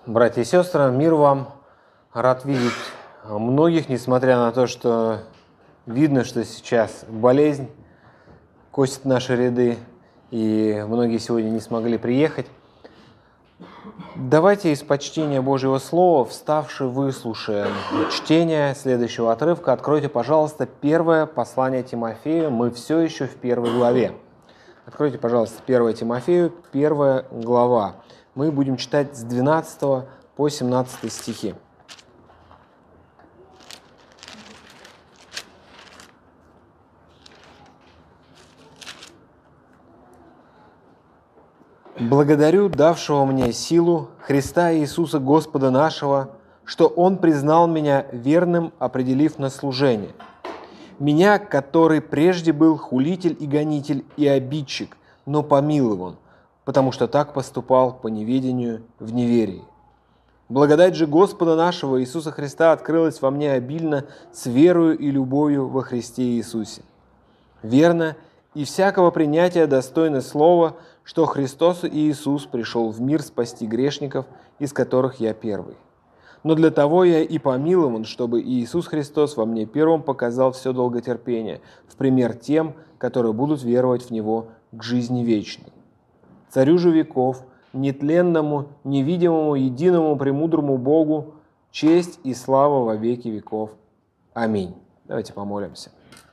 Братья и сестры, мир вам. Рад видеть многих, несмотря на то, что видно, что сейчас болезнь косит наши ряды, и многие сегодня не смогли приехать. Давайте из почтения Божьего Слова, вставши, выслушаем чтение следующего отрывка. Откройте, пожалуйста, первое послание Тимофею. Мы все еще в первой главе. Откройте, пожалуйста, 1 Тимофею, 1 глава. Мы будем читать с 12 по 17 стихи. «Благодарю давшего мне силу Христа Иисуса Господа нашего, что Он признал меня верным, определив на служение. Меня, который прежде был хулитель и гонитель и обидчик, но помилован, потому что так поступал по неведению в неверии. Благодать же Господа нашего Иисуса Христа открылась во мне обильно с верою и любовью во Христе Иисусе. Верно и всякого принятия достойно слова, что Христос Иисус пришел в мир спасти грешников, из которых я первый. Но для того я и помилован, чтобы Иисус Христос во мне первым показал все долготерпение, в пример тем, которые будут веровать в Него к жизни вечной. Царю же веков, нетленному, невидимому, единому, премудрому Богу, честь и слава во веки веков. Аминь». Давайте помолимся.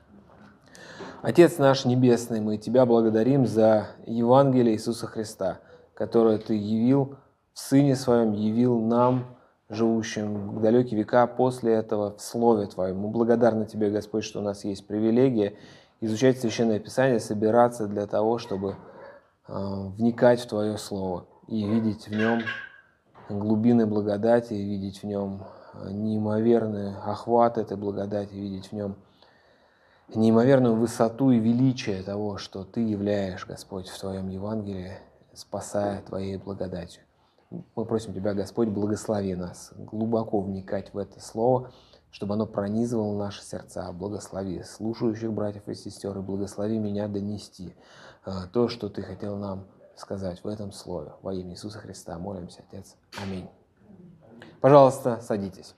Отец наш Небесный, мы Тебя благодарим за Евангелие Иисуса Христа, которое Ты явил в Сыне Своем, явил нам, живущим в далекие века после этого в Слове Твоем. Мы благодарны Тебе, Господь, что у нас есть привилегия изучать Священное Писание, собираться для того, чтобы вникать в Твое Слово и видеть в нем глубины благодати, видеть в нем неимоверный охват этой благодати, видеть в нем неимоверную высоту и величие того, что Ты являешь, Господь, в Твоем Евангелии, спасая Твоей благодатью. Мы просим Тебя, Господь, благослови нас, глубоко вникать в это Слово, чтобы оно пронизывало наши сердца. Благослови слушающих братьев и сестер, и благослови меня донести то, что Ты хотел нам сказать в этом Слове. Во имя Иисуса Христа молимся, Отец. Аминь. Пожалуйста, садитесь.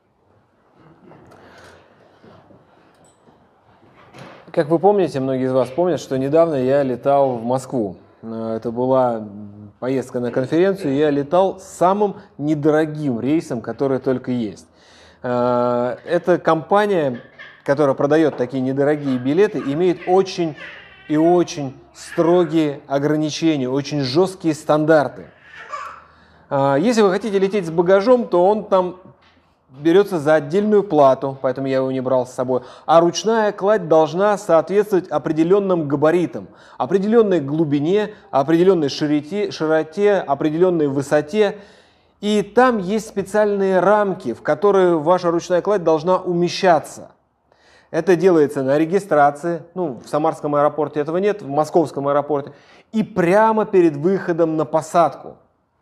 Как вы помните, многие из вас помнят, что недавно я летал в Москву. Это была поездка на конференцию, я летал самым недорогим рейсом, который только есть. Эта компания, которая продает такие недорогие билеты, имеет очень и очень строгие ограничения, очень жесткие стандарты. Если вы хотите лететь с багажом, то он там берется за отдельную плату, поэтому я его не брал с собой. А ручная кладь должна соответствовать определенным габаритам, определенной глубине, определенной широте, определенной высоте. И там есть специальные рамки, в которые ваша ручная кладь должна умещаться. Это делается на регистрации, в Самарском аэропорте этого нет, в Московском аэропорте, и прямо перед выходом на посадку.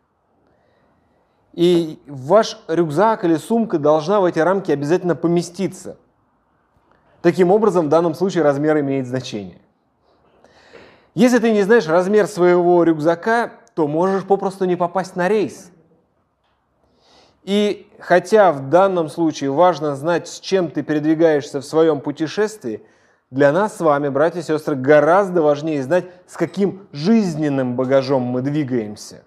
И ваш рюкзак или сумка должна в эти рамки обязательно поместиться. Таким образом, в данном случае размер имеет значение. Если ты не знаешь размер своего рюкзака, то можешь попросту не попасть на рейс. И хотя в данном случае важно знать, с чем ты передвигаешься в своем путешествии, для нас с вами, братья и сестры, гораздо важнее знать, с каким жизненным багажом мы двигаемся.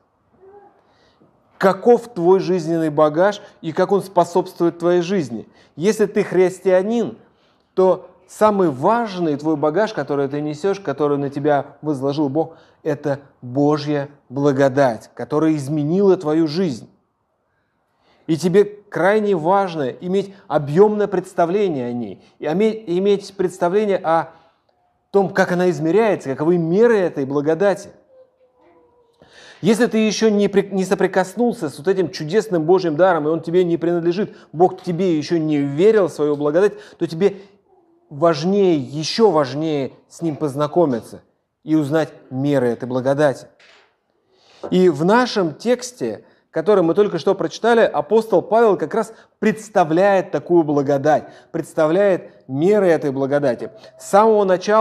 Каков твой жизненный багаж и как он способствует твоей жизни. Если ты христианин, то самый важный твой багаж, который ты несешь, который на тебя возложил Бог, это Божья благодать, которая изменила твою жизнь. И тебе крайне важно иметь объемное представление о ней, и иметь представление о том, как она измеряется, каковы меры этой благодати. Если ты еще не соприкоснулся с вот этим чудесным Божьим даром, и он тебе не принадлежит, Бог тебе еще не верил в свою благодать, то тебе важнее, еще важнее с ним познакомиться и узнать меры этой благодати. И в нашем тексте, который мы только что прочитали, апостол Павел как раз представляет такую благодать, представляет меры этой благодати. С самого начала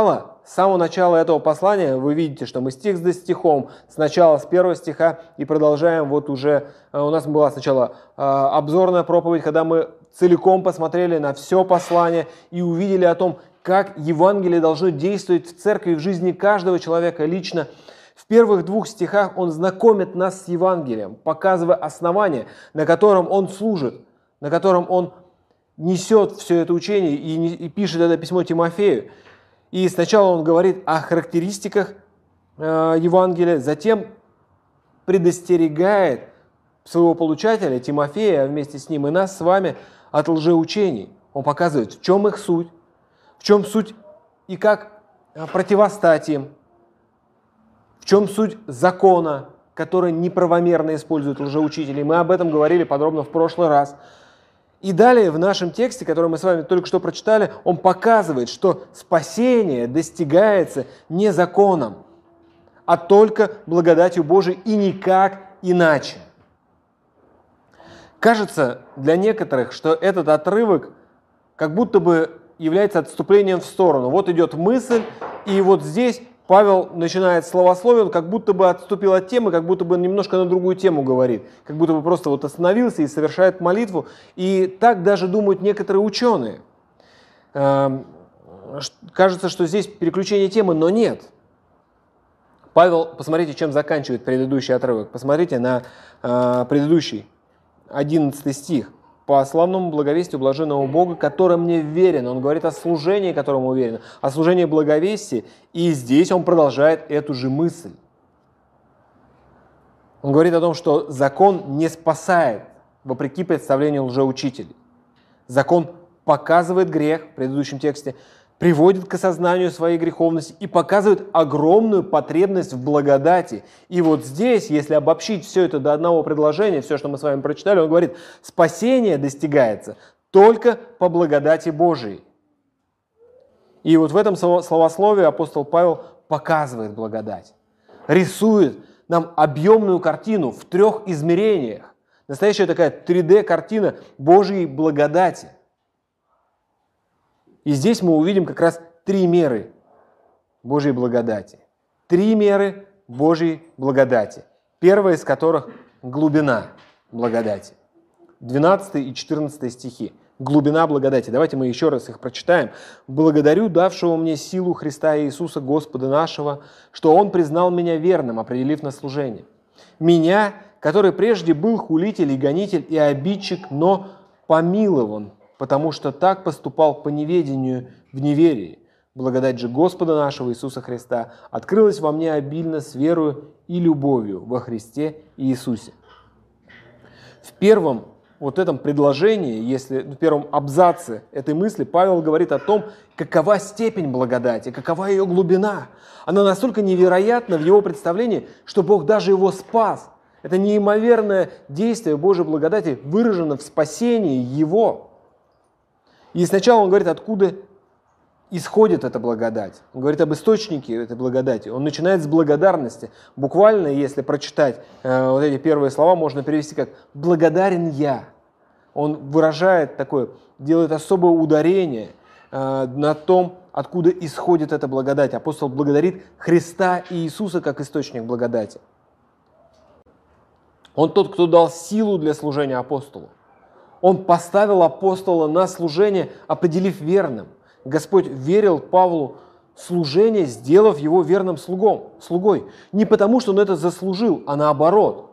с самого начала этого послания вы видите, что мы стих за стихом, сначала с 1 стиха и продолжаем. Вот уже у нас была сначала обзорная проповедь, когда мы целиком посмотрели на все послание и увидели о том, как Евангелие должно действовать в церкви, в жизни каждого человека лично. В первых 2 стихах он знакомит нас с Евангелием, показывая основание, на котором он служит, на котором он несет все это учение и пишет это письмо Тимофею. И сначала он говорит о характеристиках Евангелия, затем предостерегает своего получателя Тимофея, вместе с ним и нас с вами, от лжеучений. Он показывает, в чем их суть, в чем суть и как противостать им, в чем суть закона, который неправомерно используют лжеучители. Мы об этом говорили подробно в прошлый раз. И далее в нашем тексте, который мы с вами только что прочитали, он показывает, что спасение достигается не законом, а только благодатью Божией и никак иначе. Кажется для некоторых, что этот отрывок как будто бы является отступлением в сторону. Вот идет мысль, и вот здесь Павел начинает словословие, он как будто бы отступил от темы, как будто бы немножко на другую тему говорит, как будто бы просто вот остановился и совершает молитву. И так даже думают некоторые ученые. Кажется, что здесь переключение темы, но нет. Павел, посмотрите, чем заканчивает предыдущий отрывок. Посмотрите на предыдущий, 11 стих. «По славному благовестию блаженного Бога, который мне верен». Он говорит о служении, которому уверен, о служении благовестия. И здесь он продолжает эту же мысль. Он говорит о том, что закон не спасает, вопреки представлению лжеучителей. Закон показывает грех, в предыдущем тексте, приводит к осознанию своей греховности и показывает огромную потребность в благодати. И вот здесь, если обобщить все это до одного предложения, все, что мы с вами прочитали, он говорит, спасение достигается только по благодати Божией. И вот в этом словословии апостол Павел показывает благодать, рисует нам объемную картину в 3 измерениях. Настоящая такая 3D-картина Божьей благодати. И здесь мы увидим как раз 3 меры Божьей благодати. 3 меры Божьей благодати. Первая из которых – глубина благодати. 12 и 14 стихи. Глубина благодати. Давайте мы еще раз их прочитаем. «Благодарю давшего мне силу Христа Иисуса Господа нашего, что Он признал меня верным, определив на служение. Меня, который прежде был хулитель и гонитель и обидчик, но помилован, потому что так поступал по неведению в неверии. Благодать же Господа нашего Иисуса Христа открылась во мне обильно с верою и любовью во Христе Иисусе». В первом вот этом предложении, в первом абзаце этой мысли Павел говорит о том, какова степень благодати, какова ее глубина. Она настолько невероятна в его представлении, что Бог даже его спас. Это неимоверное действие Божьей благодати выражено в спасении его. И сначала он говорит, откуда исходит эта благодать. Он говорит об источнике этой благодати. Он начинает с благодарности. Буквально, если прочитать вот эти первые слова, можно перевести как «благодарен я». Он выражает такое, делает особое ударение на том, откуда исходит эта благодать. Апостол благодарит Христа и Иисуса как источник благодати. Он тот, кто дал силу для служения апостолу. Он поставил апостола на служение, определив верным. Господь верил Павлу служение, сделав его верным слугой. Не потому, что он это заслужил, а наоборот.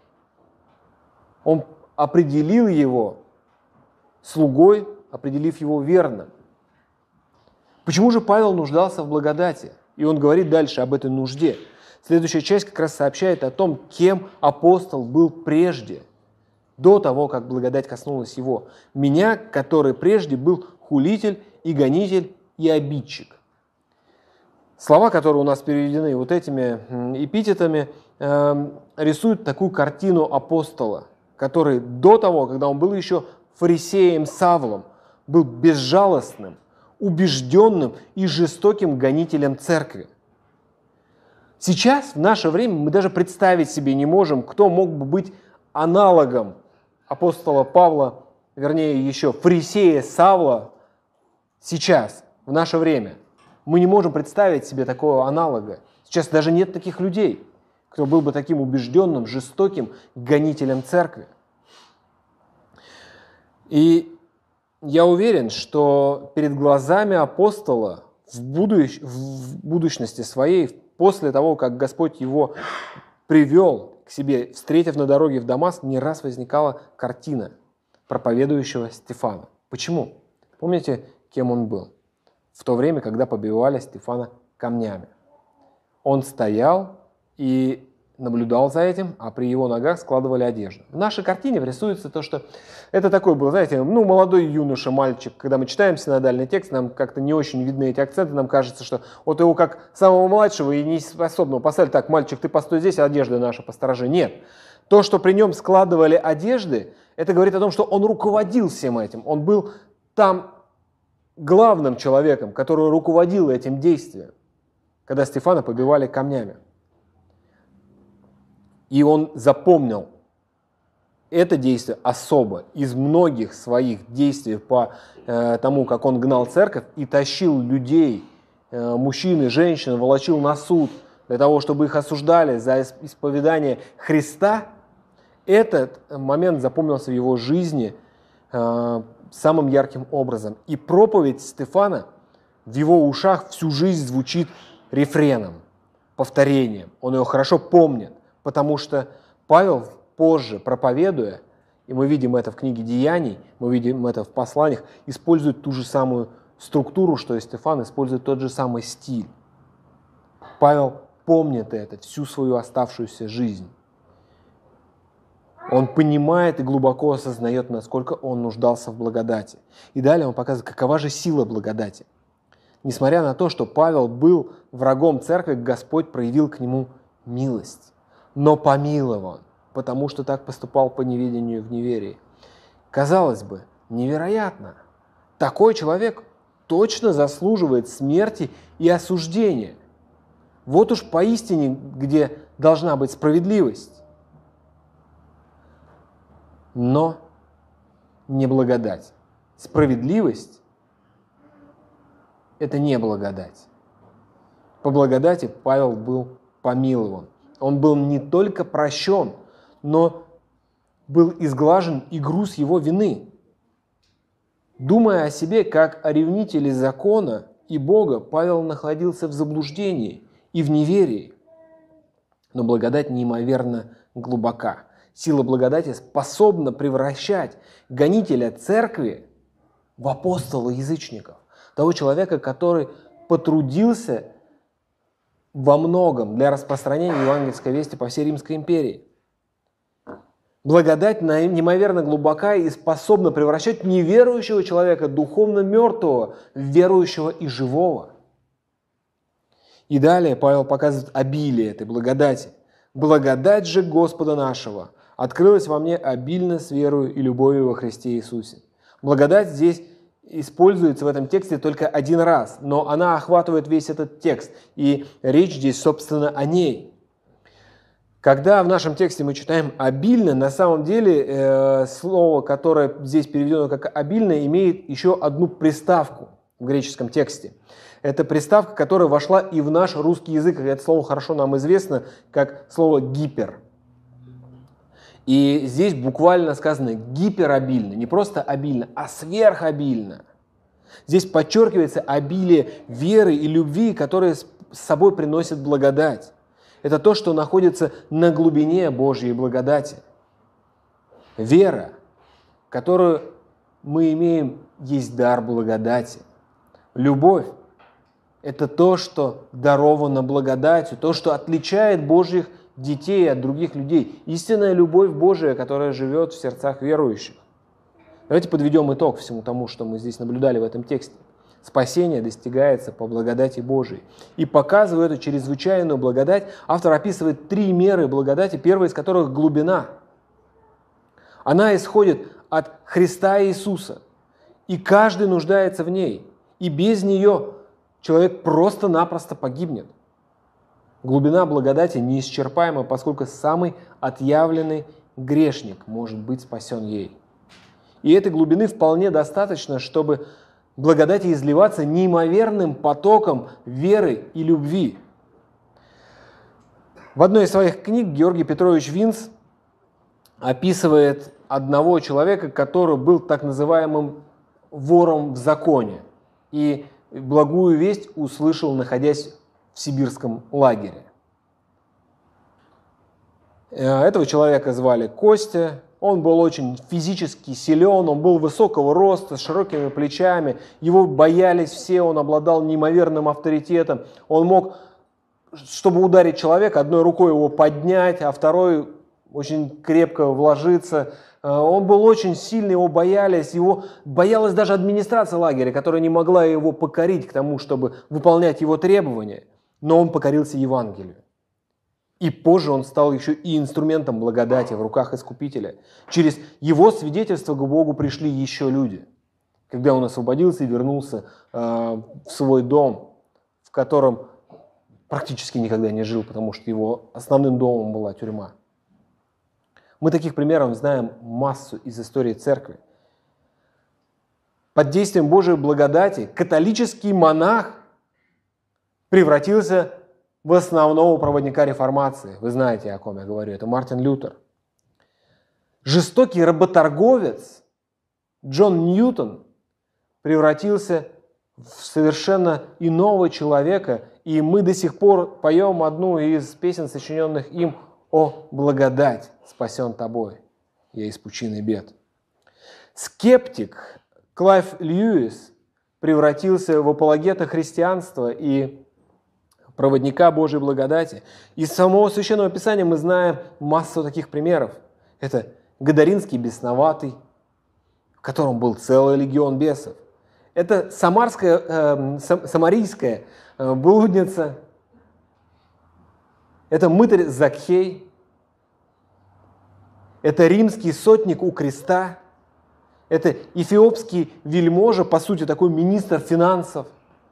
Он определил его слугой, определив его верным. Почему же Павел нуждался в благодати? И он говорит дальше об этой нужде. Следующая часть как раз сообщает о том, кем апостол был прежде, до того, как благодать коснулась его. «Меня, который прежде был хулитель и гонитель и обидчик». Слова, которые у нас переведены вот этими эпитетами, рисуют такую картину апостола, который до того, когда он был еще фарисеем Савлом, был безжалостным, убежденным и жестоким гонителем церкви. Сейчас, в наше время, мы даже представить себе не можем, кто мог бы быть аналогом апостола Павла, вернее, еще фарисея Савла сейчас, в наше время. Мы не можем представить себе такого аналога. Сейчас даже нет таких людей, кто был бы таким убежденным, жестоким гонителем церкви. И я уверен, что перед глазами апостола в будущности своей, после того, как Господь его привел к себе, встретив на дороге в Дамаск, не раз возникала картина проповедующего Стефана. Почему? Помните, кем он был? В то время, когда побивали Стефана камнями. Он стоял и наблюдал за этим, а при его ногах складывали одежду. В нашей картине рисуется то, что это такой был, знаете, молодой юноша, мальчик. Когда мы читаем синодальный текст, нам как-то не очень видны эти акценты, нам кажется, что вот его как самого младшего и неспособного поставили, так, мальчик, ты постой здесь, а одежда наша посторожи. Нет. То, что при нем складывали одежды, это говорит о том, что он руководил всем этим. Он был там главным человеком, который руководил этим действием, когда Стефана побивали камнями. И он запомнил это действие особо из многих своих действий по тому, как он гнал церковь и тащил людей, мужчин и женщин, волочил на суд для того, чтобы их осуждали за исповедание Христа. Этот момент запомнился в его жизни самым ярким образом. И проповедь Стефана в его ушах всю жизнь звучит рефреном, повторением. Он ее хорошо помнит, потому что Павел позже, проповедуя, и мы видим это в книге Деяний, мы видим это в посланиях, использует ту же самую структуру, что и Стефан, использует тот же самый стиль. Павел помнит это всю свою оставшуюся жизнь. Он понимает и глубоко осознает, насколько он нуждался в благодати. И далее он показывает, какова же сила благодати. Несмотря на то, что Павел был врагом церкви, Господь проявил к нему милость. Но помилован, потому что так поступал по неведению в неверии. Казалось бы, невероятно. Такой человек точно заслуживает смерти и осуждения. Вот уж поистине, где должна быть справедливость. Но не благодать. Справедливость – это не благодать. По благодати Павел был помилован. Он был не только прощен, но был изглажен и груз его вины. Думая о себе как о ревнителе закона и Бога, Павел находился в заблуждении и в неверии. Но благодать неимоверно глубока. Сила благодати способна превращать гонителя церкви в апостола язычников. Того человека, который потрудился во многом для распространения евангельской вести по всей Римской империи. Благодать неимоверно глубока и способна превращать неверующего человека, духовно мертвого, в верующего и живого. И далее Павел показывает обилие этой благодати. «Благодать же Господа нашего открылась во мне обильно с верою и любовью во Христе Иисусе». Благодать здесь используется в этом тексте только один раз, но она охватывает весь этот текст, и речь здесь, собственно, о ней. Когда в нашем тексте мы читаем «обильно», на самом деле слово, которое здесь переведено как «обильно», имеет еще одну приставку в греческом тексте. Это приставка, которая вошла и в наш русский язык, и это слово хорошо нам известно как слово «гипер». И здесь буквально сказано гиперобильно, не просто обильно, а сверхобильно. Здесь подчеркивается обилие веры и любви, которые с собой приносят благодать. Это то, что находится на глубине Божьей благодати. Вера, которую мы имеем, есть дар благодати. Любовь – это то, что даровано благодатью, то, что отличает Божьих детей от других людей. Истинная любовь Божия, которая живет в сердцах верующих. Давайте подведем итог всему тому, что мы здесь наблюдали в этом тексте. Спасение достигается по благодати Божией. И показывая эту чрезвычайную благодать, автор описывает 3 меры благодати, первая из которых – глубина. Она исходит от Христа Иисуса, и каждый нуждается в ней. И без нее человек просто-напросто погибнет. Глубина благодати неисчерпаема, поскольку самый отъявленный грешник может быть спасен ей. И этой глубины вполне достаточно, чтобы благодати изливаться неимоверным потоком веры и любви. В одной из своих книг Георгий Петрович Винц описывает одного человека, который был так называемым вором в законе и благую весть услышал, находясь в сибирском лагере. Этого человека звали Костя. Он был очень физически силен, он был высокого роста, с широкими плечами. Его боялись все, он обладал неимоверным авторитетом. Он мог, чтобы ударить человека, одной рукой его поднять, а второй очень крепко вложиться. Он был очень сильный, его боялись. Его боялась даже администрация лагеря, которая не могла его покорить к тому, чтобы выполнять его требования. Но он покорился Евангелию. И позже он стал еще и инструментом благодати в руках Искупителя. Через его свидетельство к Богу пришли еще люди. Когда он освободился и вернулся в свой дом, в котором практически никогда не жил, потому что его основным домом была тюрьма. Мы таких примеров знаем массу из истории церкви. Под действием Божьей благодати католический монах превратился в основного проводника реформации. Вы знаете, о ком я говорю. Это Мартин Лютер. Жестокий работорговец Джон Ньютон превратился в совершенно иного человека. И мы до сих пор поем одну из песен, сочиненных им: «О, благодать, спасен тобой, я из пучины бед». Скептик Клайв Льюис превратился в апологета христианства и проводника Божьей благодати. Из самого Священного Писания мы знаем массу таких примеров. Это Гадаринский бесноватый, в котором был целый легион бесов. Это самарийская блудница. Это мытарь Закхей. Это римский сотник у креста. Это эфиопский вельможа, по сути, такой министр финансов.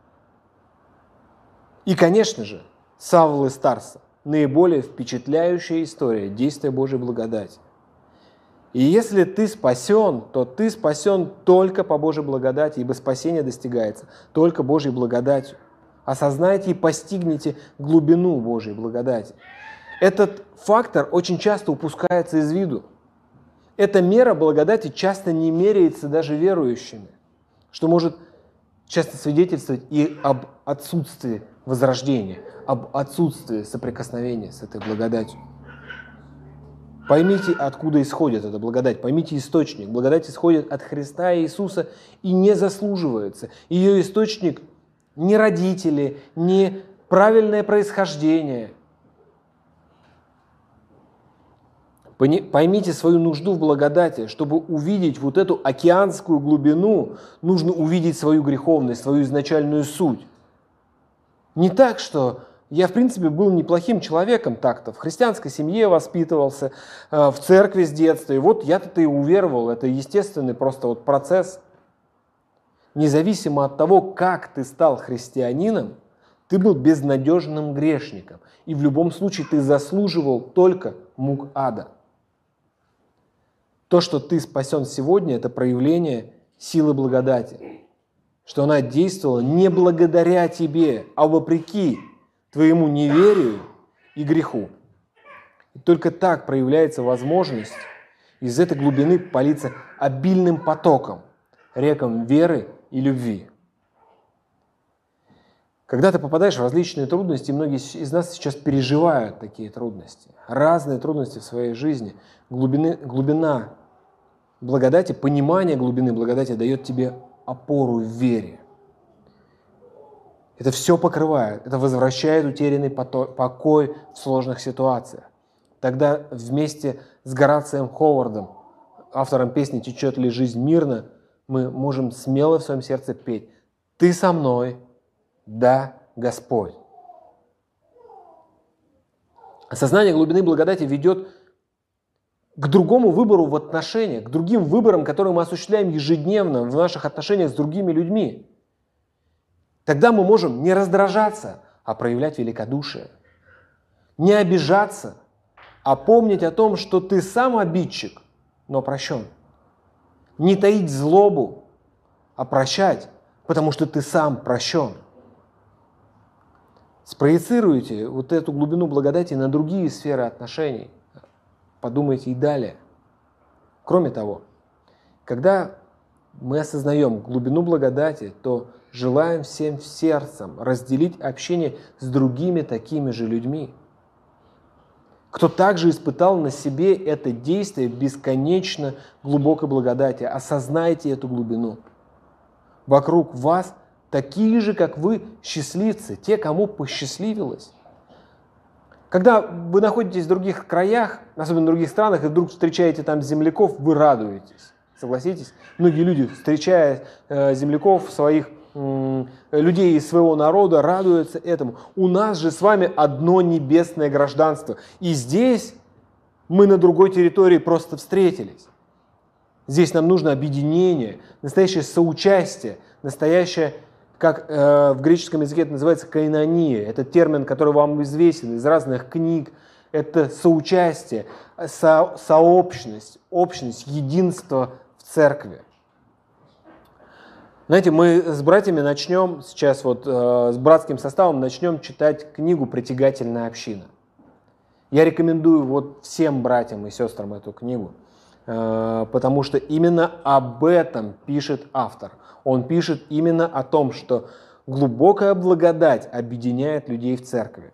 И, конечно же, Савл из Тарса. Наиболее впечатляющая история действия Божьей благодати. И если ты спасен, то ты спасен только по Божьей благодати, ибо спасение достигается только Божьей благодатью. Осознайте и постигните глубину Божьей благодати. Этот фактор очень часто упускается из виду. Эта мера благодати часто не меряется даже верующими, что может часто свидетельствовать и об отсутствии возрождения, об отсутствии соприкосновения с этой благодатью. Поймите, откуда исходит эта благодать, поймите источник. Благодать исходит от Христа Иисуса и не заслуживается. Ее источник не родители, не правильное происхождение. Поймите свою нужду в благодати. Чтобы увидеть вот эту океанскую глубину, нужно увидеть свою греховность, свою изначальную суть. Не так, что я, в принципе, был неплохим человеком так-то, в христианской семье воспитывался, в церкви с детства, и вот я-то и уверовал. Это естественный просто вот процесс. Независимо от того, как ты стал христианином, ты был безнадежным грешником. И в любом случае ты заслуживал только мук ада. То, что ты спасен сегодня, это проявление силы благодати. Что она действовала не благодаря тебе, а вопреки твоему неверию и греху. И только так проявляется возможность из этой глубины политься обильным потоком, рекам веры и любви. Когда ты попадаешь в различные трудности, многие из нас сейчас переживают такие трудности, разные трудности в своей жизни. Глубина благодати, понимание глубины благодати дает тебе опору в вере. Это все покрывает, это возвращает утерянный покой в сложных ситуациях. Тогда вместе с Горацием Ховардом, автором песни «Течет ли жизнь мирно», мы можем смело в своем сердце петь: «Ты со мной, да, Господь». Осознание глубины благодати ведет к другому выбору в отношениях, к другим выборам, которые мы осуществляем ежедневно в наших отношениях с другими людьми. Тогда мы можем не раздражаться, а проявлять великодушие. Не обижаться, а помнить о том, что ты сам обидчик, но прощен. Не таить злобу, а прощать, потому что ты сам прощен. Спроецируйте вот эту глубину благодати на другие сферы отношений. Подумайте и далее. Кроме того, когда мы осознаем глубину благодати, то желаем всем сердцем разделить общение с другими такими же людьми, кто также испытал на себе это действие бесконечно глубокой благодати. Осознайте эту глубину. Вокруг вас такие же, как вы, счастливцы, те, кому посчастливилось. Когда вы находитесь в других краях, особенно в других странах, и вдруг встречаете там земляков, вы радуетесь. Согласитесь? Многие люди, встречая земляков, своих людей из своего народа, радуются этому. У нас же с вами одно небесное гражданство. И здесь мы на другой территории просто встретились. Здесь нам нужно объединение, настоящее соучастие, настоящее, как в греческом языке это называется, коинония. Это термин, который вам известен из разных книг. Это соучастие, сообщность, общность, единство в церкви. Знаете, мы с братьями начнем сейчас, с братским составом начнем читать книгу «Притягательная община». Я рекомендую всем братьям и сестрам эту книгу, потому что именно об этом пишет автор. Он пишет именно о том, что глубокая благодать объединяет людей в церкви.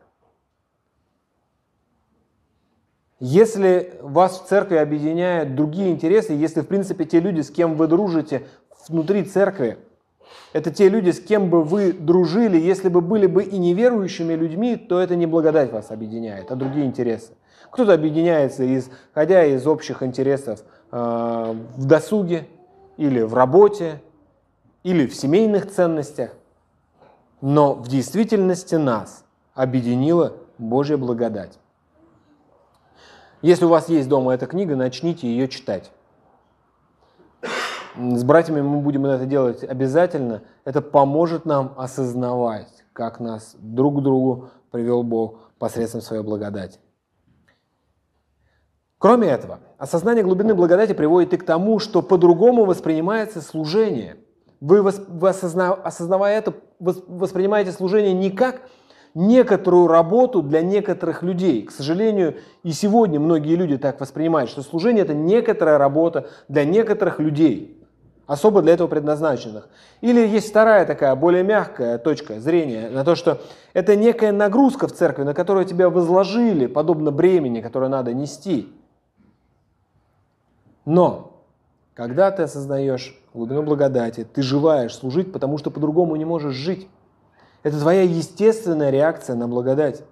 Если вас в церкви объединяют другие интересы, если, в принципе, те люди, с кем вы дружите внутри церкви, это те люди, с кем бы вы дружили, если бы были бы и неверующими людьми, то это не благодать вас объединяет, а другие интересы. Кто-то объединяется, исходя из общих интересов в досуге, или в работе, или в семейных ценностях. Но в действительности нас объединила Божья благодать. Если у вас есть дома эта книга, начните ее читать. С братьями мы будем это делать обязательно. Это поможет нам осознавать, как нас друг к другу привел Бог посредством своей благодати. Кроме этого, осознание глубины благодати приводит и к тому, что по-другому воспринимается служение. Вы, осознавая это, воспринимаете служение не как некоторую работу для некоторых людей. К сожалению, и сегодня многие люди так воспринимают, что служение – это некоторая работа для некоторых людей, особо для этого предназначенных. Или есть вторая такая, более мягкая точка зрения на то, что это некая нагрузка в церкви, на которую тебя возложили, подобно бремени, которое надо нести. Но когда ты осознаешь глубину благодати, ты желаешь служить, потому что по-другому не можешь жить. Это твоя естественная реакция на благодать.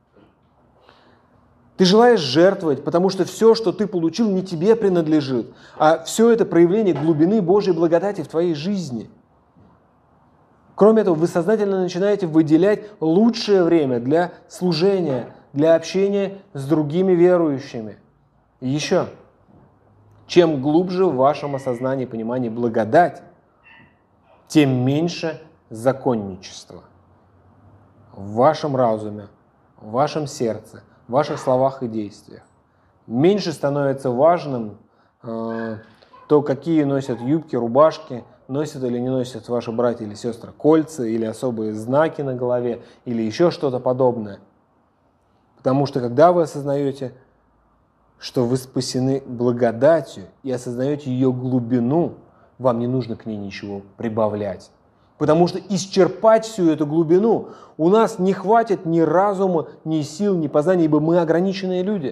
Ты желаешь жертвовать, потому что все, что ты получил, не тебе принадлежит, а все это проявление глубины Божьей благодати в твоей жизни. Кроме этого, вы сознательно начинаете выделять лучшее время для служения, для общения с другими верующими. И еще, чем глубже в вашем осознании и понимании благодать, тем меньше законничества в вашем разуме, в вашем сердце, в ваших словах и действиях. Меньше становится важным то, какие носят юбки, рубашки, носят или не носят ваши братья или сестры кольца, или особые знаки на голове, или еще что-то подобное. Потому что когда вы осознаете, что вы спасены благодатью и осознаете ее глубину, вам не нужно к ней ничего прибавлять. Потому что исчерпать всю эту глубину у нас не хватит ни разума, ни сил, ни познания, ибо мы ограниченные люди.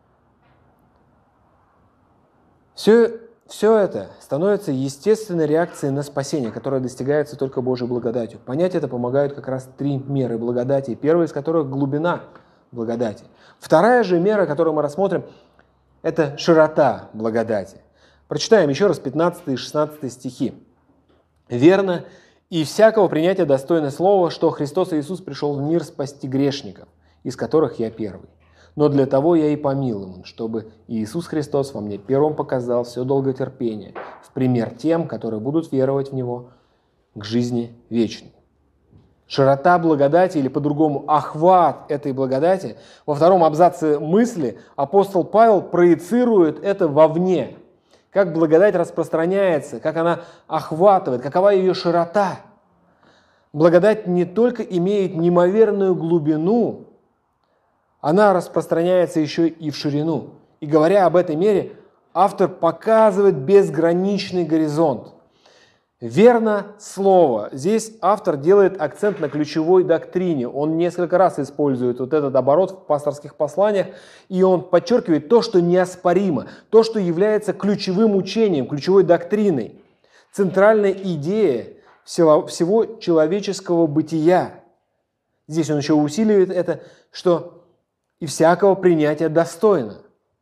Все это становится естественной реакцией на спасение, которое достигается только Божьей благодатью. Понять это помогают как раз 3 меры благодати, первая из которых – глубина благодати. Вторая же мера, которую мы рассмотрим, это широта благодати. Прочитаем еще раз 15 и 16 стихи. «Верно, и всякого принятия достойно слова, что Христос Иисус пришел в мир спасти грешников, из которых я первый. Но для того я и помилован, чтобы Иисус Христос во мне первым показал все долготерпение, в пример тем, которые будут веровать в Него к жизни вечной». Широта благодати, или по-другому охват этой благодати, во втором абзаце мысли апостол Павел проецирует это вовне. Как благодать распространяется, как она охватывает, какова ее широта. Благодать не только имеет неимоверную глубину, она распространяется еще и в ширину. И говоря об этой мере, автор показывает безграничный горизонт. Верно слово. Здесь автор делает акцент на ключевой доктрине. Он несколько раз использует вот этот оборот в пасторских посланиях, и он подчеркивает то, что неоспоримо, то, что является ключевым учением, ключевой доктриной, центральная идея всего человеческого бытия. Здесь он еще усиливает это, что и всякого принятия достойно.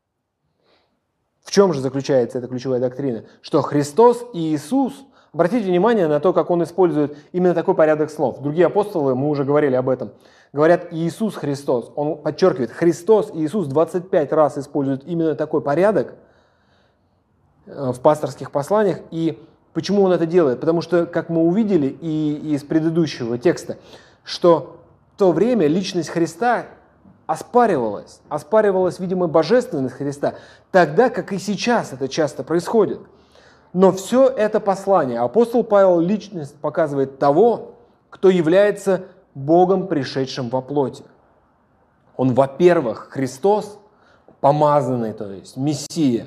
В чем же заключается эта ключевая доктрина? Что Христос и Иисус, обратите внимание на то, как он использует именно такой порядок слов. Другие апостолы, мы уже говорили об этом, говорят Иисус Христос. Он подчеркивает, Христос и Иисус 25 раз используют именно такой порядок в пасторских посланиях. И почему он это делает? Потому что, как мы увидели и из предыдущего текста, что в то время личность Христа оспаривалась, видимо, божественность Христа, тогда как и сейчас это часто происходит. Но все это послание, апостол Павел личность показывает того, кто является Богом, пришедшим во плоти. Он, во-первых, Христос, помазанный, то есть Мессия,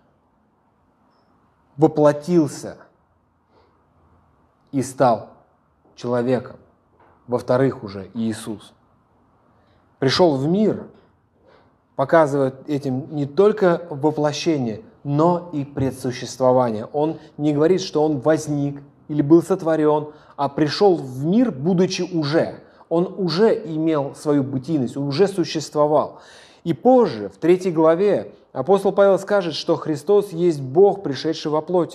воплотился и стал человеком. Во-вторых, уже Иисус пришел в мир, показывает этим не только воплощение, но и предсуществование. Он не говорит, что он возник или был сотворен, а пришел в мир, будучи уже. Он уже имел свою бытийность, он уже существовал. И позже, в 3 главе, апостол Павел скажет, что Христос есть Бог, пришедший во плоти.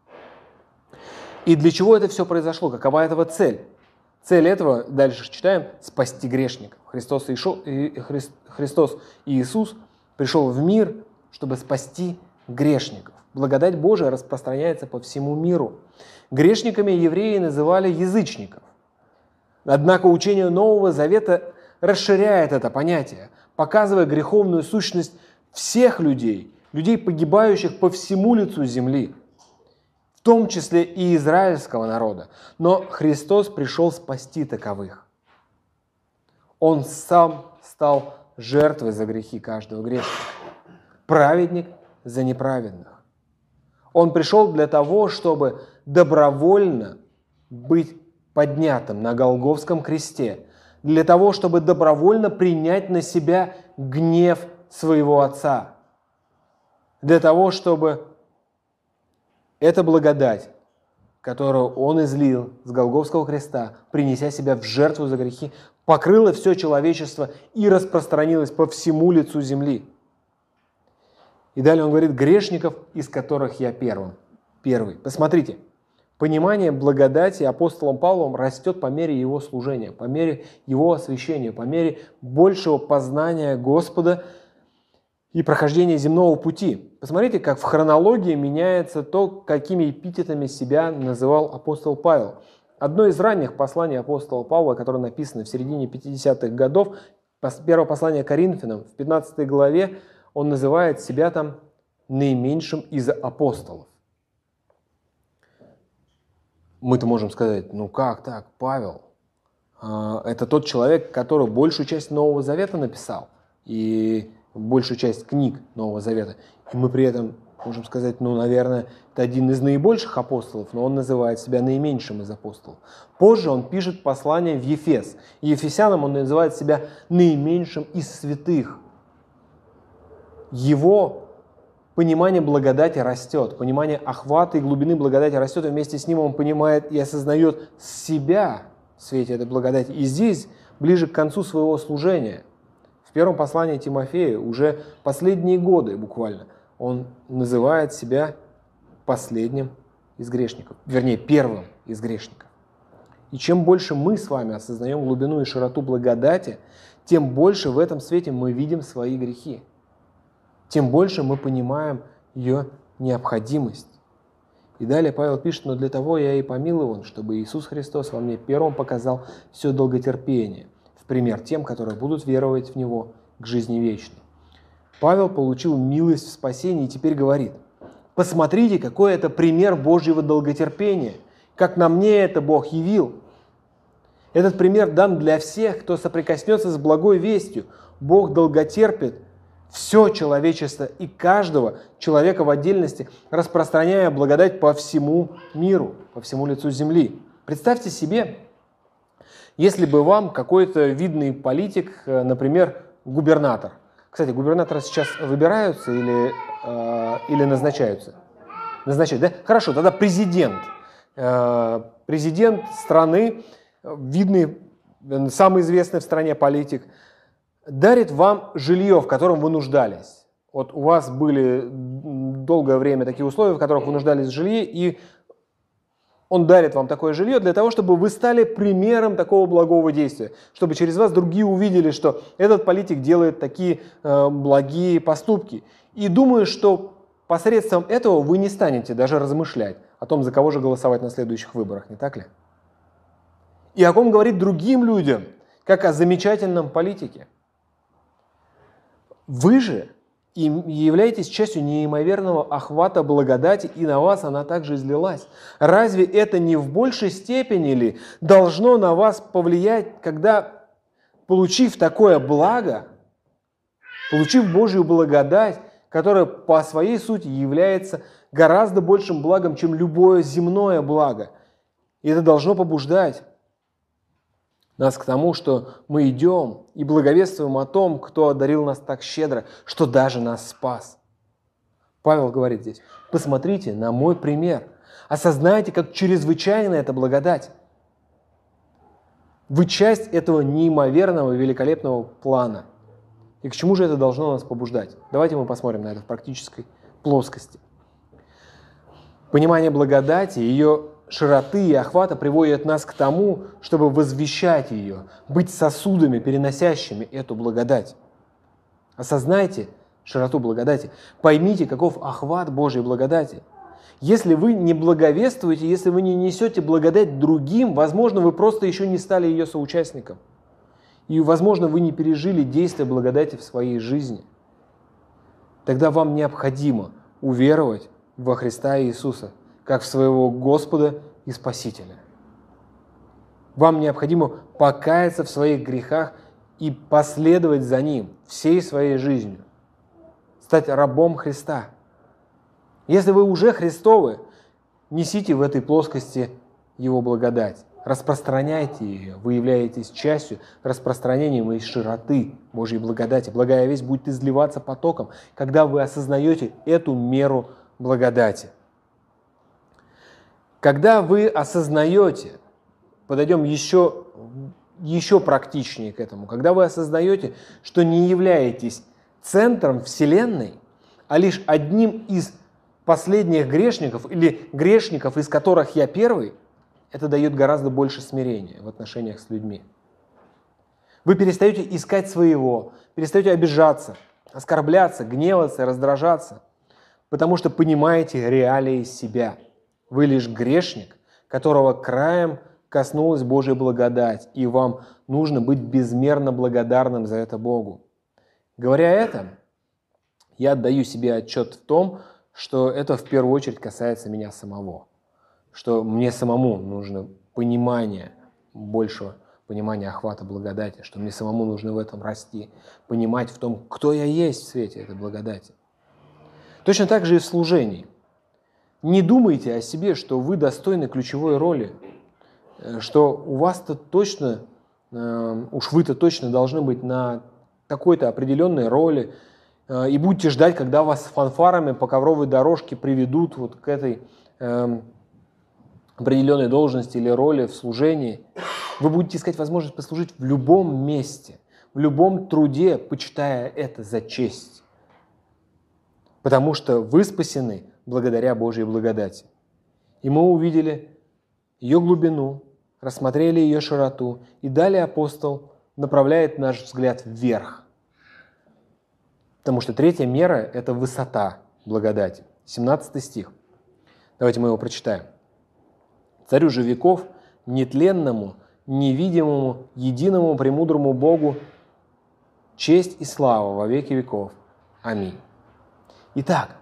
И для чего это все произошло? Какова этого цель? Цель этого, дальше читаем, спасти грешников. Христос и Иисус пришел в мир, чтобы спасти грешников. Благодать Божия распространяется по всему миру. Грешниками евреи называли язычников. Однако учение Нового Завета расширяет это понятие, показывая греховную сущность всех людей, людей, погибающих по всему лицу земли, в том числе и израильского народа. Но Христос пришел спасти таковых. Он сам стал жертвой за грехи каждого грешника, праведник за неправедных. Он пришел для того, чтобы добровольно быть поднятым на Голгофском кресте, для того, чтобы добровольно принять на себя гнев своего Отца, для того, чтобы эта благодать, которую Он излил с Голгофского креста, принеся себя в жертву за грехи, покрыла все человечество и распространилась по всему лицу земли. И далее он говорит, грешников, из которых я первый. Посмотрите, понимание благодати апостолом Павлом растет по мере его служения, по мере его освящения, по мере большего познания Господа и прохождения земного пути. Посмотрите, как в хронологии меняется то, какими эпитетами себя называл апостол Павел. Одно из ранних посланий апостола Павла, которое написано в середине 50-х годов, первое послание Коринфянам, в 15 главе, он называет себя там наименьшим из апостолов. Мы-то можем сказать, ну как так, Павел? Это тот человек, который большую часть Нового Завета написал, и большую часть книг Нового Завета. И мы при этом можем сказать, ну, наверное, это один из наибольших апостолов, но он называет себя наименьшим из апостолов. Позже он пишет послание в Ефес. И ефесянам он называет себя наименьшим из святых. Его понимание благодати растет, понимание охвата и глубины благодати растет, и вместе с ним он понимает и осознает себя в свете этой благодати. И здесь, ближе к концу своего служения, в первом послании Тимофею, уже последние годы буквально, он называет себя последним из грешников, вернее, первым из грешников. И чем больше мы с вами осознаем глубину и широту благодати, тем больше в этом свете мы видим свои грехи. Тем больше мы понимаем ее необходимость. И далее Павел пишет, но для того я и помилован, чтобы Иисус Христос во мне первым показал все долготерпение, в пример тем, которые будут веровать в Него к жизни вечной. Павел получил милость в спасении и теперь говорит, посмотрите, какой это пример Божьего долготерпения, как на мне это Бог явил. Этот пример дан для всех, кто соприкоснется с благой вестью. Бог долготерпит все человечество и каждого человека в отдельности, распространяя благодать по всему миру, по всему лицу земли. Представьте себе, если бы вам какой-то видный политик, например, губернатор. Кстати, губернаторы сейчас выбираются или назначаются? Назначают, да? Хорошо, тогда президент. Президент страны, видный, самый известный в стране политик, дарит вам жилье, в котором вы нуждались. Вот у вас были долгое время такие условия, в которых вы нуждались в жилье, и он дарит вам такое жилье для того, чтобы вы стали примером такого благого действия, чтобы через вас другие увидели, что этот политик делает такие благие поступки. И думаю, что посредством этого вы не станете даже размышлять о том, за кого же голосовать на следующих выборах, не так ли? И о ком говорить другим людям, как о замечательном политике. Вы же являетесь частью неимоверного охвата благодати, и на вас она также излилась. Разве это не в большей степени ли должно на вас повлиять, когда, получив такое благо, получив Божью благодать, которая по своей сути является гораздо большим благом, чем любое земное благо, и это должно побуждать нас к тому, что мы идем и благовествуем о том, кто одарил нас так щедро, что даже нас спас. Павел говорит здесь: посмотрите на мой пример, осознайте, как чрезвычайна эта благодать. Вы часть этого неимоверного, великолепного плана. И к чему же это должно нас побуждать? Давайте мы посмотрим на это в практической плоскости. Понимание благодати, ее широты и охвата приводят нас к тому, чтобы возвещать ее, быть сосудами, переносящими эту благодать. Осознайте широту благодати, поймите, каков охват Божьей благодати. Если вы не благовествуете, если вы не несете благодать другим, возможно, вы просто еще не стали ее соучастником. И, возможно, вы не пережили действия благодати в своей жизни. Тогда вам необходимо уверовать во Христа Иисуса, как в своего Господа и Спасителя. Вам необходимо покаяться в своих грехах и последовать за Ним всей своей жизнью, стать рабом Христа. Если вы уже Христовы, несите в этой плоскости Его благодать, распространяйте ее, вы являетесь частью распространением и широты Божьей благодати. Благая весть будет изливаться потоком, когда вы осознаете эту меру благодати. Когда вы осознаете, подойдем еще практичнее к этому, когда вы осознаете, что не являетесь центром Вселенной, а лишь одним из последних грешников или грешников, из которых я первый, это дает гораздо больше смирения в отношениях с людьми. Вы перестаете искать своего, перестаете обижаться, оскорбляться, гневаться, раздражаться, потому что понимаете реалии себя. Вы лишь грешник, которого краем коснулась Божья благодать, и вам нужно быть безмерно благодарным за это Богу. Говоря это, я отдаю себе отчет в том, что это в первую очередь касается меня самого, что мне самому нужно понимание, большего понимания охвата благодати, что мне самому нужно в этом расти, понимать в том, кто я есть в свете этой благодати. Точно так же и в служении. Не думайте о себе, что вы достойны ключевой роли, что у вас-то точно, уж вы-то точно должны быть на такой-то определенной роли, и будете ждать, когда вас фанфарами по ковровой дорожке приведут вот к этой определенной должности или роли в служении. Вы будете искать возможность послужить в любом месте, в любом труде, почитая это за честь. Потому что вы спасены благодаря Божьей благодати. И мы увидели ее глубину, рассмотрели ее широту, и далее апостол направляет наш взгляд вверх. Потому что третья мера – это высота благодати. 17 стих. Давайте мы его прочитаем. «Царю же веков, нетленному, невидимому, единому, премудрому Богу, честь и слава во веки веков. Аминь». Итак,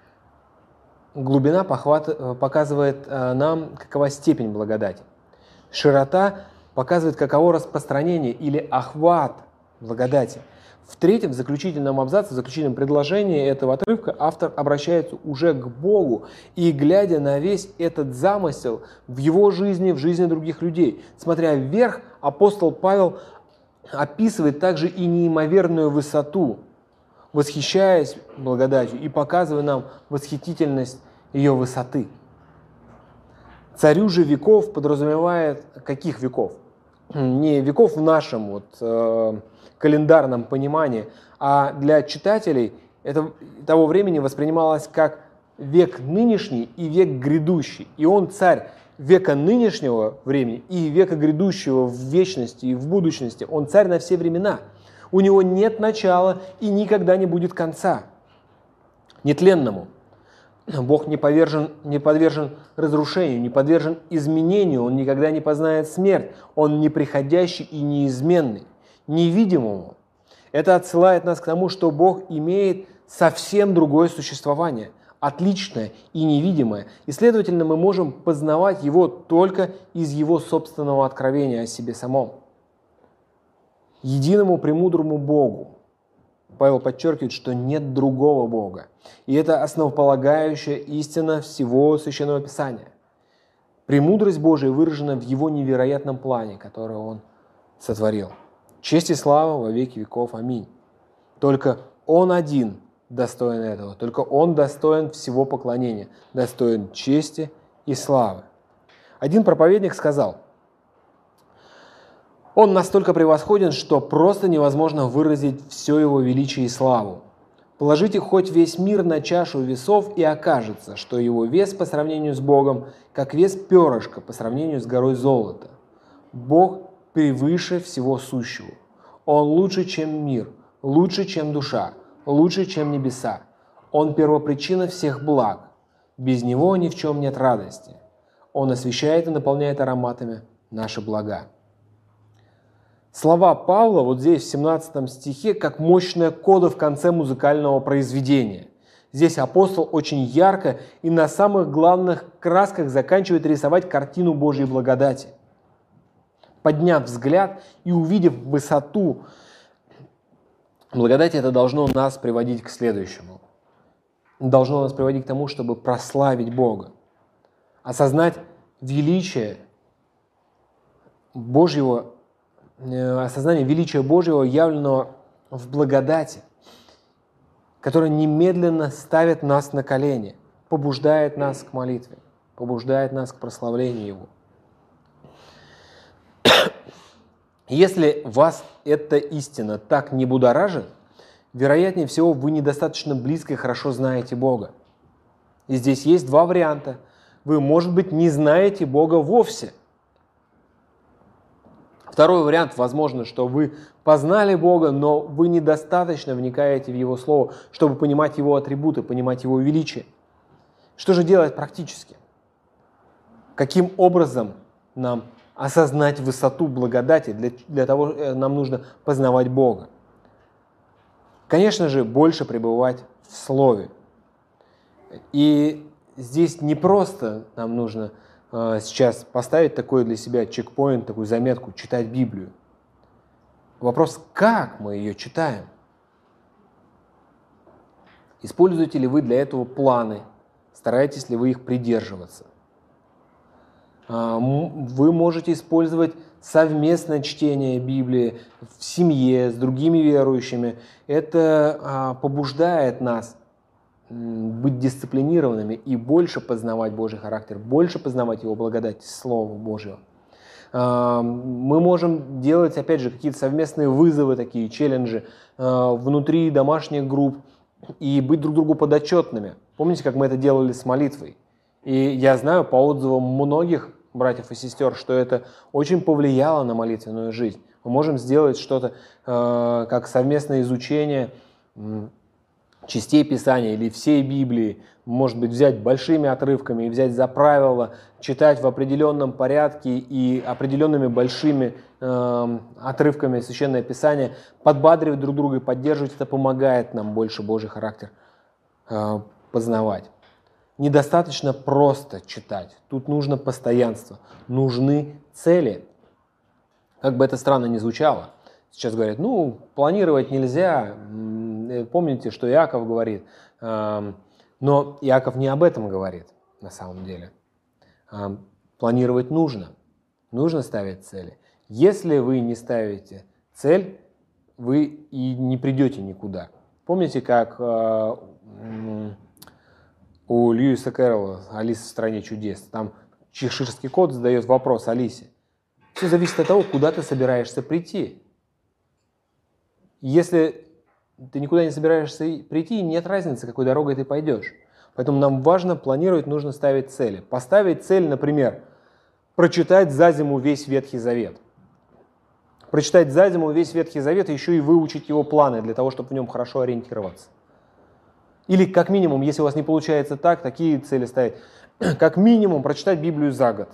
глубина показывает нам, какова степень благодати. Широта показывает, каково распространение или охват благодати. В третьем заключительном абзаце, в заключительном предложении этого отрывка автор обращается уже к Богу и, глядя на весь этот замысел в его жизни, в жизни других людей, смотря вверх, апостол Павел описывает также и неимоверную высоту, восхищаясь благодатью и показывая нам восхитительность ее высоты. Царю же веков подразумевает каких веков? Не веков в нашем календарном понимании, а для читателей того времени воспринималось как век нынешний и век грядущий. И он царь века нынешнего времени и века грядущего в вечности и в будущности. Он царь на все времена. У него нет начала и никогда не будет конца. Нетленному. Бог не подвержен разрушению, не подвержен изменению, Он никогда не познает смерть, Он неприходящий и неизменный, невидимому. Это отсылает нас к тому, что Бог имеет совсем другое существование, отличное и невидимое, и, следовательно, мы можем познавать Его только из Его собственного откровения о себе самом. Единому премудрому Богу. Павел подчеркивает, что нет другого Бога. И это основополагающая истина всего Священного Писания. Премудрость Божия выражена в Его невероятном плане, который Он сотворил. Честь и слава во веки веков. Аминь. Только Он один достоин этого. Только Он достоин всего поклонения, достоин чести и славы. Один проповедник сказал: Он настолько превосходен, что просто невозможно выразить все Его величие и славу. Положите хоть весь мир на чашу весов, и окажется, что его вес по сравнению с Богом, как вес перышка по сравнению с горой золота. Бог превыше всего сущего. Он лучше, чем мир, лучше, чем душа, лучше, чем небеса. Он первопричина всех благ. Без Него ни в чем нет радости. Он освещает и наполняет ароматами наши блага. Слова Павла вот здесь, в 17 стихе, как мощная кода в конце музыкального произведения. Здесь апостол очень ярко и на самых главных красках заканчивает рисовать картину Божьей благодати. Подняв взгляд и увидев высоту благодати, это должно нас приводить к следующему. Должно нас приводить к тому, чтобы прославить Бога. Осознать величие Божьего, осознание величия Божьего, явленного в благодати, которое немедленно ставит нас на колени, побуждает нас к молитве, побуждает нас к прославлению Его. Если вас эта истина так не будоражит, вероятнее всего, вы недостаточно близко и хорошо знаете Бога. И здесь есть два варианта. Вы, может быть, не знаете Бога вовсе. Второй вариант, возможно, что вы познали Бога, но вы недостаточно вникаете в Его Слово, чтобы понимать Его атрибуты, понимать Его величие. Что же делать практически? Каким образом нам осознать высоту благодати? Для того нам нужно познавать Бога. Конечно же, больше пребывать в Слове. И здесь не просто нам нужно сейчас поставить такой для себя чекпоинт, такую заметку, читать Библию. Вопрос, как мы ее читаем? Используете ли вы для этого планы? Стараетесь ли вы их придерживаться? Вы можете использовать совместное чтение Библии в семье, с другими верующими. Это побуждает нас быть дисциплинированными и больше познавать Божий характер, больше познавать Его благодать, Слово Божьего. Мы можем делать, опять же, какие-то совместные вызовы, такие челленджи внутри домашних групп и быть друг другу подотчетными. Помните, как мы это делали с молитвой? И я знаю по отзывам многих братьев и сестер, что это очень повлияло на молитвенную жизнь. Мы можем сделать что-то, как совместное изучение частей Писания или всей Библии, может быть, взять большими отрывками и взять за правило читать в определенном порядке и определенными большими отрывками Священное Писание, подбадривать друг друга и поддерживать, это помогает нам больше Божий характер познавать. недостаточно просто читать. Тут нужно постоянство, нужны цели. Как бы это странно ни звучало. Сейчас говорят, ну, планировать нельзя. Помните, что Иаков говорит. Но Иаков не об этом говорит на самом деле. Планировать нужно. Нужно ставить цели. Если вы не ставите цель, вы и не придете никуда. Помните, как у Льюиса Кэрролла «Алиса в стране чудес»? Там чеширский кот задает вопрос Алисе. Все зависит от того, куда ты собираешься прийти. Если ты никуда не собираешься прийти, нет разницы, какой дорогой ты пойдешь. Поэтому нам важно планировать, нужно ставить цели. Поставить цель, например, прочитать за зиму весь Ветхий Завет. Прочитать за зиму весь Ветхий Завет и еще и выучить его планы для того, чтобы в нем хорошо ориентироваться. Или как минимум, если у вас не получается так, такие цели ставить. Как минимум прочитать Библию за год.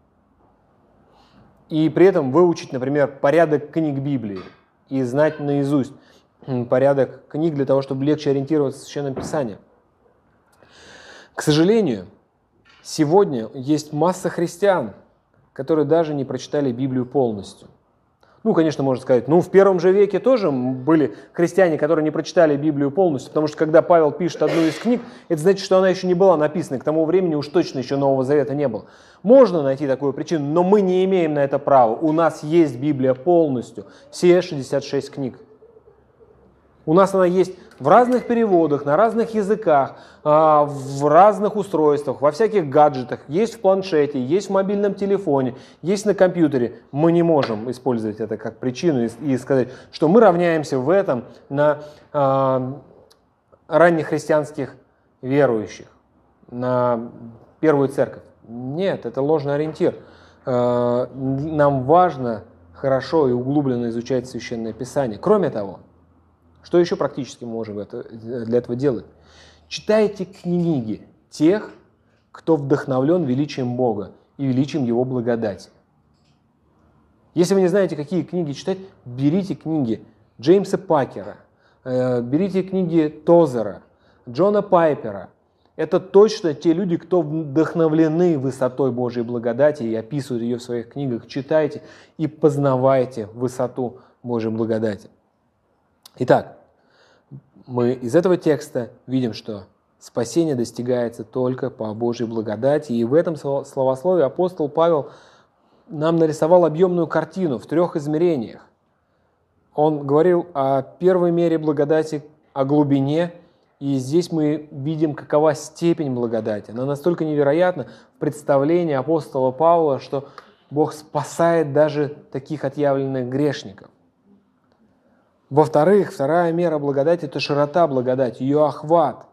И при этом выучить, например, порядок книг Библии. И знать наизусть порядок книг для того, чтобы легче ориентироваться в Священном Писании. К сожалению, сегодня есть масса христиан, которые даже не прочитали Библию полностью. Ну, конечно, можно сказать, в первом же веке тоже были христиане, которые не прочитали Библию полностью, потому что когда Павел пишет одну из книг, это значит, что она еще не была написана, к тому времени уж точно еще Нового Завета не было. Можно найти такую причину, но мы не имеем на это права. У нас есть Библия полностью, все 66 книг. У нас она есть в разных переводах, на разных языках, в разных устройствах, во всяких гаджетах. Есть в планшете, есть в мобильном телефоне, есть на компьютере. Мы не можем использовать это как причину и сказать, что мы равняемся в этом на раннехристианских верующих, на первую церковь. Нет, это ложный ориентир. Нам важно хорошо и углубленно изучать Священное Писание. Кроме того, что еще практически мы можем для этого делать? Читайте книги тех, кто вдохновлен величием Бога и величием Его благодати. Если вы не знаете, какие книги читать, берите книги Джеймса Пакера, берите книги Тозера, Джона Пайпера. Это точно те люди, кто вдохновлены высотой Божьей благодати и описывают ее в своих книгах. Читайте и познавайте высоту Божьей благодати. Итак, мы из этого текста видим, что спасение достигается только по Божьей благодати. И в этом словословии апостол Павел нам нарисовал объемную картину в 3 измерениях. Он говорил о первой мере благодати, о глубине, и здесь мы видим, какова степень благодати. Она настолько невероятна в представлении апостола Павла, что Бог спасает даже таких отъявленных грешников. Во-вторых, вторая мера благодати – это широта благодати, ее охват,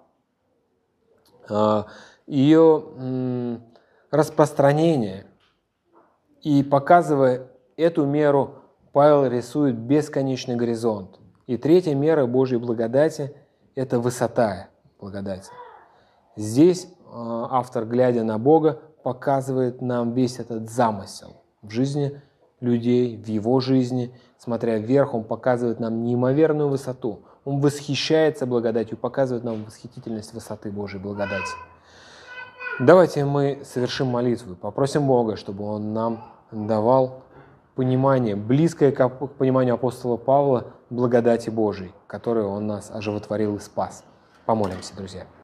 ее распространение. И показывая эту меру, Павел рисует бесконечный горизонт. И третья мера Божьей благодати – это высота благодати. Здесь автор, глядя на Бога, показывает нам весь этот замысел в жизни людей, в его жизни. Смотря вверх, он показывает нам неимоверную высоту. Он восхищается благодатью, показывает нам восхитительность высоты Божьей благодати. Давайте мы совершим молитву, попросим Бога, чтобы Он нам давал понимание, близкое к пониманию апостола Павла, благодати Божией, которой Он нас оживотворил и спас. Помолимся, друзья.